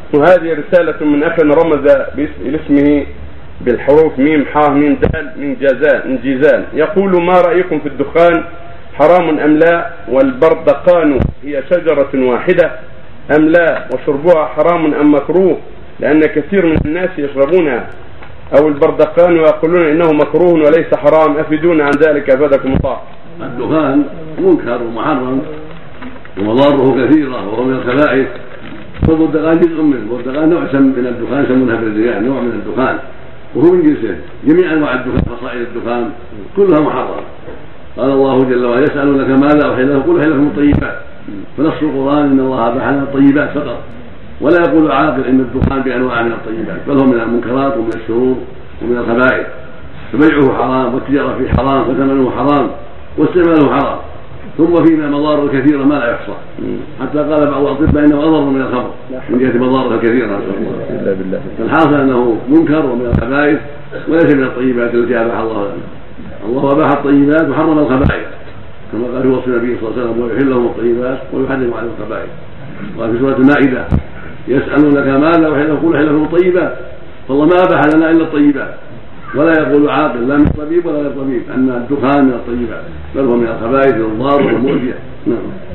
وهذه رسالة من أخ رمز باسمه بالحروف ميم حاء ميم دال من جيزان، يقول: ما رأيكم في الدخان، حرام أم لا؟ والبردقان هي شجرة واحدة أم لا؟ وشربها حرام أم مكروه؟ لأن كثير من الناس يشربونها، أو البردقان ويقولون إنه مكروه وليس حرام، أفيدونا عن ذلك أفادكم الله. الدخان منكر ومحرم ومضاره كثيرة وهو من الخبائث، والبردقان جزء منه، والبردقان نوع من الدخان يسمونها بالرياء، نوع من الدخان وهو من جنسه. جميع أنواع الدخان، فصائل الدخان كلها محرمة. قال الله جل وعلا: يسألونك ماذا أحل لهم، قل أحل لكم الطيبات. فنص القرآن إن الله أباح لنا الطيبات فقط، ولا يقول العاقل إن الدخان بأنواع من الطيبات، بل هو من المنكرات ومن الشرور ومن الخبائث. فبيعه حرام، والتجارة فيه حرام، وثمنه حرام، واستعماله حرام، ثم فيما مضار كثيرة ما لا يحصى، حتى قال بعض الأطباء إنه أضر من الخمر من جهة مضاره الكثيرة، نسأل الله. فالحاصل أنه منكر ومن الخبائث وليس من الطيبات التي أباح الله لنا. الله أباح الطيبات وحرم الخبائث، كما قال في وصف النبي صلى الله عليه وسلم: ويحل لهم الطيبات ويحرم عليهم الخبائث. قال في سورة المائدة: يسألونك ماذا أحل لهم، قل أحل لهم الطيبات. فالله ما أباح لنا إلا الطيبات، ولا يقول عاقل لا من طبيب ولا من طبيب أن الدخان من الطيبات، بل هو من الخبائث الضارة والمؤذية. نعم.